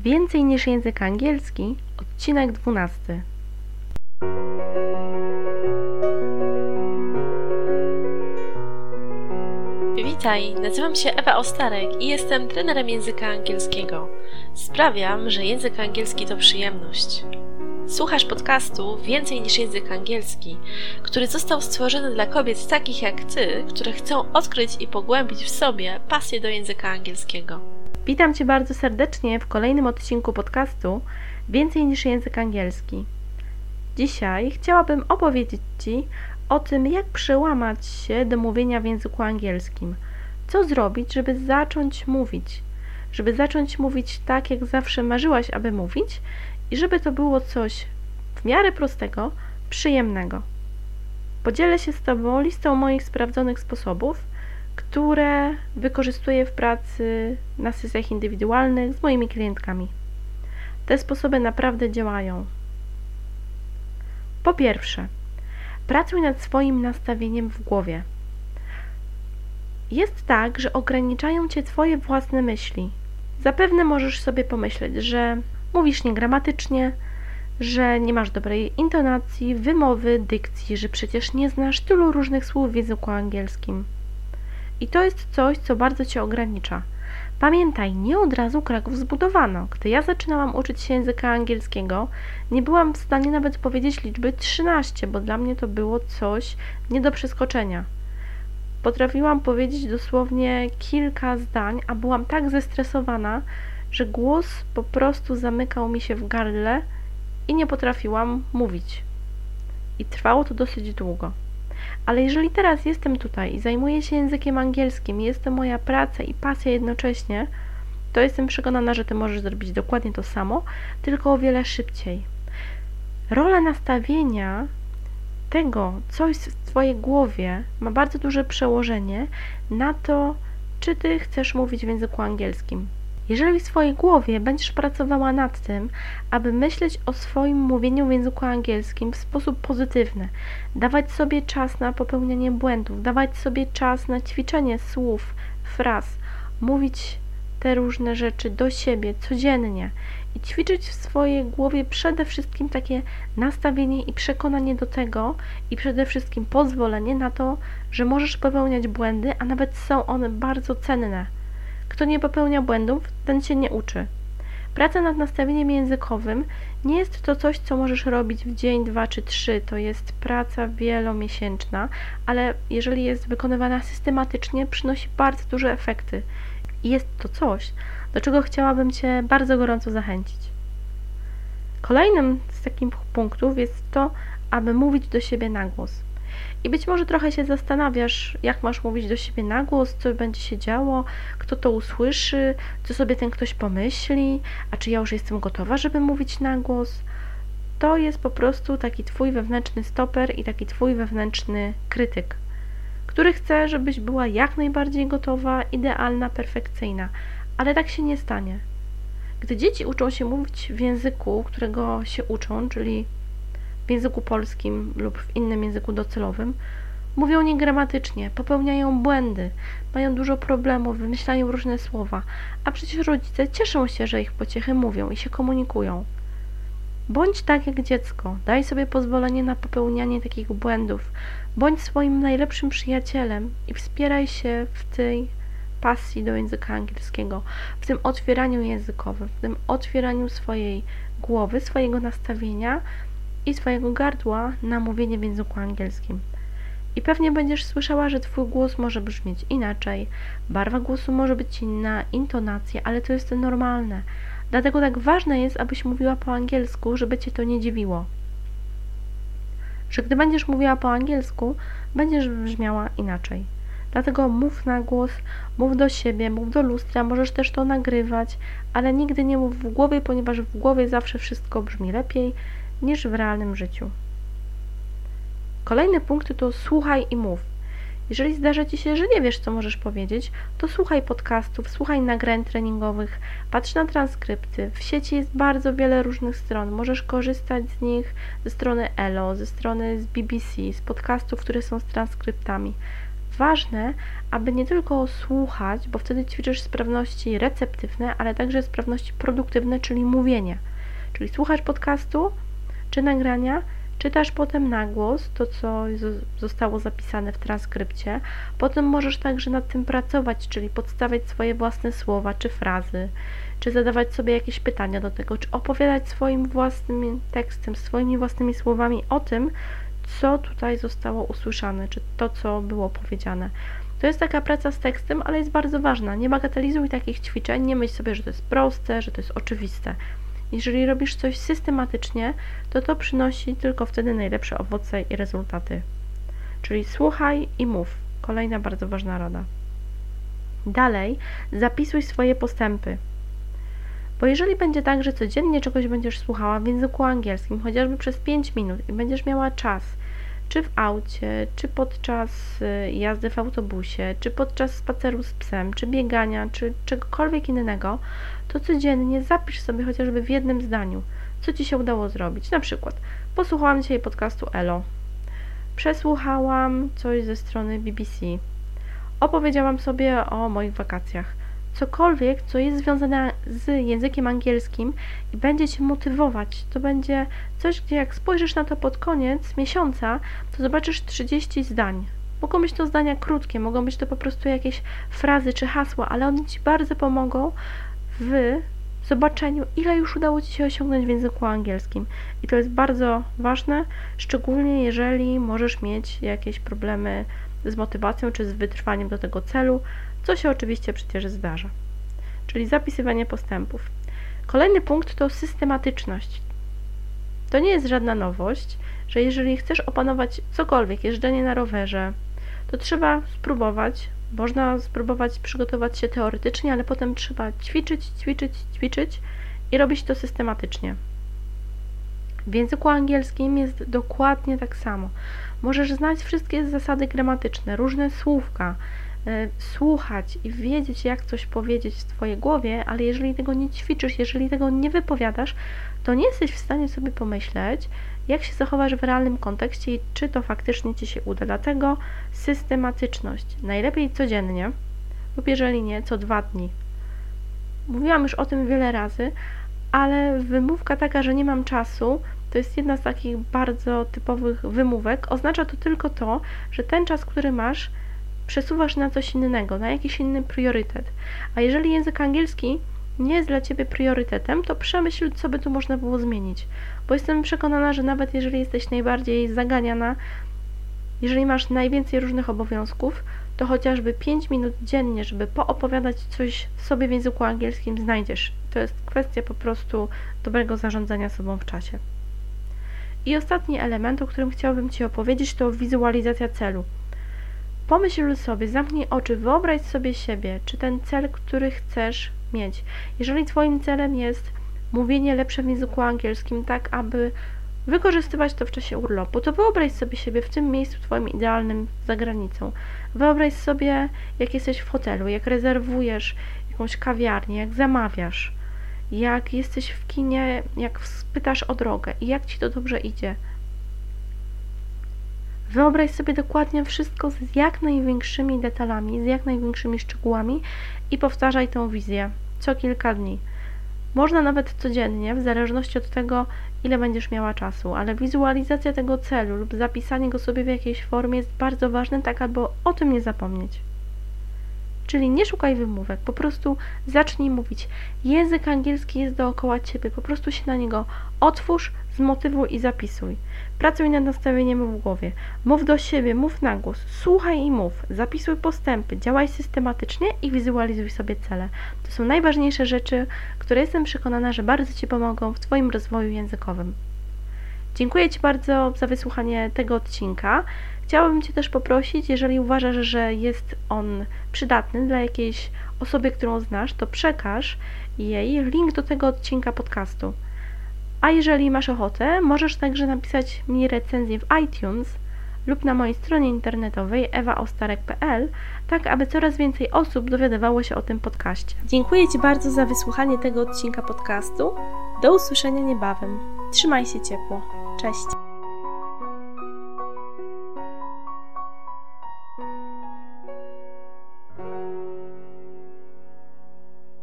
Więcej niż język angielski, odcinek 12. Witaj, nazywam się Ewa Ostarek i jestem trenerem języka angielskiego. Sprawiam, że język angielski to przyjemność. Słuchasz podcastu Więcej niż język angielski, który został stworzony dla kobiet takich jak Ty, które chcą odkryć i pogłębić w sobie pasję do języka angielskiego. Witam Cię bardzo serdecznie w kolejnym odcinku podcastu Więcej niż język angielski. Dzisiaj chciałabym opowiedzieć Ci o tym, jak przełamać się do mówienia w języku angielskim. Co zrobić, żeby zacząć mówić? Żeby zacząć mówić tak, jak zawsze marzyłaś, aby mówić i żeby to było coś w miarę prostego, przyjemnego. Podzielę się z Tobą listą moich sprawdzonych sposobów, które wykorzystuję w pracy na sesjach indywidualnych z moimi klientkami. Te sposoby naprawdę działają. Po pierwsze, pracuj nad swoim nastawieniem w głowie. Jest tak, że ograniczają Cię Twoje własne myśli. Zapewne możesz sobie pomyśleć, że mówisz niegramatycznie, że nie masz dobrej intonacji, wymowy, dykcji, że przecież nie znasz tylu różnych słów w języku angielskim. I to jest coś, co bardzo Cię ogranicza. Pamiętaj, nie od razu Kraków zbudowano. Gdy ja zaczynałam uczyć się języka angielskiego, nie byłam w stanie nawet powiedzieć liczby 13, bo dla mnie to było coś nie do przeskoczenia. Potrafiłam powiedzieć dosłownie kilka zdań, a byłam tak zestresowana, że głos po prostu zamykał mi się w gardle i nie potrafiłam mówić. I trwało to dosyć długo. Ale jeżeli teraz jestem tutaj i zajmuję się językiem angielskim, jest to moja praca i pasja jednocześnie, to jestem przekonana, że Ty możesz zrobić dokładnie to samo, tylko o wiele szybciej. Rola nastawienia tego, co jest w Twojej głowie, ma bardzo duże przełożenie na to, czy Ty chcesz mówić w języku angielskim. Jeżeli w swojej głowie będziesz pracowała nad tym, aby myśleć o swoim mówieniu w języku angielskim w sposób pozytywny, dawać sobie czas na popełnianie błędów, dawać sobie czas na ćwiczenie słów, fraz, mówić te różne rzeczy do siebie codziennie i ćwiczyć w swojej głowie przede wszystkim takie nastawienie i przekonanie do tego i przede wszystkim pozwolenie na to, że możesz popełniać błędy, a nawet są one bardzo cenne. Kto nie popełnia błędów, ten się nie uczy. Praca nad nastawieniem językowym nie jest to coś, co możesz robić w dzień, 2 czy 3. To jest praca wielomiesięczna, ale jeżeli jest wykonywana systematycznie, przynosi bardzo duże efekty. I jest to coś, do czego chciałabym Cię bardzo gorąco zachęcić. Kolejnym z takich punktów jest to, aby mówić do siebie na głos. I być może trochę się zastanawiasz, jak masz mówić do siebie na głos, co będzie się działo, kto to usłyszy, co sobie ten ktoś pomyśli, a czy ja już jestem gotowa, żeby mówić na głos. To jest po prostu taki Twój wewnętrzny stoper i taki Twój wewnętrzny krytyk, który chce, żebyś była jak najbardziej gotowa, idealna, perfekcyjna, ale tak się nie stanie. Gdy dzieci uczą się mówić w języku, którego się uczą, czyli w języku polskim lub w innym języku docelowym, mówią niegramatycznie, popełniają błędy, mają dużo problemów, wymyślają różne słowa, a przecież rodzice cieszą się, że ich pociechy mówią i się komunikują. Bądź tak jak dziecko, daj sobie pozwolenie na popełnianie takich błędów, bądź swoim najlepszym przyjacielem i wspieraj się w tej pasji do języka angielskiego, w tym otwieraniu językowym, w tym otwieraniu swojej głowy, swojego nastawienia i swojego gardła na mówienie w języku angielskim. I pewnie będziesz słyszała, że Twój głos może brzmieć inaczej, barwa głosu może być inna, intonacja, ale to jest normalne. Dlatego tak ważne jest, abyś mówiła po angielsku, żeby Cię to nie dziwiło. Że gdy będziesz mówiła po angielsku, będziesz brzmiała inaczej. Dlatego mów na głos, mów do siebie, mów do lustra, możesz też to nagrywać, ale nigdy nie mów w głowie, ponieważ w głowie zawsze wszystko brzmi lepiej niż w realnym życiu. Kolejny punkt to słuchaj i mów. Jeżeli zdarza Ci się, że nie wiesz, co możesz powiedzieć, to słuchaj podcastów, słuchaj nagrań treningowych, patrz na transkrypty. W sieci jest bardzo wiele różnych stron. Możesz korzystać z nich ze strony ELO, ze strony z BBC, z podcastów, które są z transkryptami. ważne, aby nie tylko słuchać, bo wtedy ćwiczysz sprawności receptywne, ale także sprawności produktywne, czyli mówienie. Czyli słuchasz podcastu czy nagrania, czytasz potem na głos to, co zostało zapisane w transkrypcie. Potem możesz także nad tym pracować, czyli podstawiać swoje własne słowa czy frazy, czy zadawać sobie jakieś pytania do tego, czy opowiadać swoim własnym tekstem, swoimi własnymi słowami o tym, co tutaj zostało usłyszane, czy to, co było powiedziane. To jest taka praca z tekstem, ale jest bardzo ważna. Nie bagatelizuj takich ćwiczeń, nie myśl sobie, że to jest proste, że to jest oczywiste. Jeżeli robisz coś systematycznie, to przynosi tylko wtedy najlepsze owoce i rezultaty. Czyli słuchaj i mów. Kolejna bardzo ważna rada. Dalej, zapisuj swoje postępy. Bo jeżeli będzie tak, że codziennie czegoś będziesz słuchała w języku angielskim, chociażby przez 5 minut i będziesz miała czas, czy w aucie, czy podczas jazdy w autobusie, czy podczas spaceru z psem, czy biegania, czy czegokolwiek innego, to codziennie zapisz sobie chociażby w jednym zdaniu, co Ci się udało zrobić. Na przykład, posłuchałam dzisiaj podcastu Elo, przesłuchałam coś ze strony BBC, opowiedziałam sobie o moich wakacjach. Cokolwiek, co jest związane z językiem angielskim i będzie Cię motywować. To będzie coś, gdzie jak spojrzysz na to pod koniec miesiąca, to zobaczysz 30 zdań. Mogą być to zdania krótkie, mogą być to po prostu jakieś frazy czy hasła, ale one Ci bardzo pomogą w zobaczeniu, ile już udało Ci się osiągnąć w języku angielskim. I to jest bardzo ważne, szczególnie jeżeli możesz mieć jakieś problemy z motywacją czy z wytrwaniem do tego celu, co się oczywiście przecież zdarza. Czyli zapisywanie postępów. Kolejny punkt to systematyczność. To nie jest żadna nowość, że jeżeli chcesz opanować cokolwiek, jeżdżenie na rowerze, to trzeba spróbować. Można spróbować przygotować się teoretycznie, ale potem trzeba ćwiczyć i robić to systematycznie. W języku angielskim jest dokładnie tak samo. Możesz znać wszystkie zasady gramatyczne, różne słówka, słuchać i wiedzieć, jak coś powiedzieć w Twojej głowie, ale jeżeli tego nie ćwiczysz, jeżeli tego nie wypowiadasz, to nie jesteś w stanie sobie pomyśleć, jak się zachowasz w realnym kontekście i czy to faktycznie Ci się uda. Dlatego systematyczność. Najlepiej codziennie lub jeżeli nie, co 2 dni. Mówiłam już o tym wiele razy, ale wymówka taka, że nie mam czasu, to jest jedna z takich bardzo typowych wymówek. Oznacza to tylko to, że ten czas, który masz, przesuwasz na coś innego, na jakiś inny priorytet. A jeżeli język angielski nie jest dla Ciebie priorytetem, to przemyśl, co by tu można było zmienić. Bo jestem przekonana, że nawet jeżeli jesteś najbardziej zaganiana, jeżeli masz najwięcej różnych obowiązków, to chociażby 5 minut dziennie, żeby poopowiadać coś sobie w języku angielskim znajdziesz. To jest kwestia po prostu dobrego zarządzania sobą w czasie. I ostatni element, o którym chciałabym Ci opowiedzieć, to wizualizacja celu. Pomyśl sobie, zamknij oczy, wyobraź sobie siebie, czy ten cel, który chcesz mieć. Jeżeli Twoim celem jest mówienie lepsze w języku angielskim, tak aby wykorzystywać to w czasie urlopu, to wyobraź sobie siebie w tym miejscu Twoim idealnym za granicą. Wyobraź sobie, jak jesteś w hotelu, jak rezerwujesz jakąś kawiarnię, jak zamawiasz, jak jesteś w kinie, jak spytasz o drogę i jak Ci to dobrze idzie. Wyobraź sobie dokładnie wszystko z jak największymi detalami, z jak największymi szczegółami i powtarzaj tę wizję co kilka dni. Można nawet codziennie, w zależności od tego, ile będziesz miała czasu, ale wizualizacja tego celu lub zapisanie go sobie w jakiejś formie jest bardzo ważne, tak aby o tym nie zapomnieć. Czyli nie szukaj wymówek, po prostu zacznij mówić. Język angielski jest dookoła Ciebie, po prostu się na niego otwórz, zmotywuj i zapisuj. Pracuj nad nastawieniem w głowie. Mów do siebie, mów na głos, słuchaj i mów. Zapisuj postępy, działaj systematycznie i wizualizuj sobie cele. To są najważniejsze rzeczy, które jestem przekonana, że bardzo Ci pomogą w Twoim rozwoju językowym. Dziękuję Ci bardzo za wysłuchanie tego odcinka. Chciałabym Cię też poprosić, jeżeli uważasz, że jest on przydatny dla jakiejś osoby, którą znasz, to przekaż jej link do tego odcinka podcastu. A jeżeli masz ochotę, możesz także napisać mi recenzję w iTunes lub na mojej stronie internetowej ewaostarek.pl, tak aby coraz więcej osób dowiadywało się o tym podcaście. Dziękuję Ci bardzo za wysłuchanie tego odcinka podcastu. Do usłyszenia niebawem. Trzymaj się ciepło. Cześć!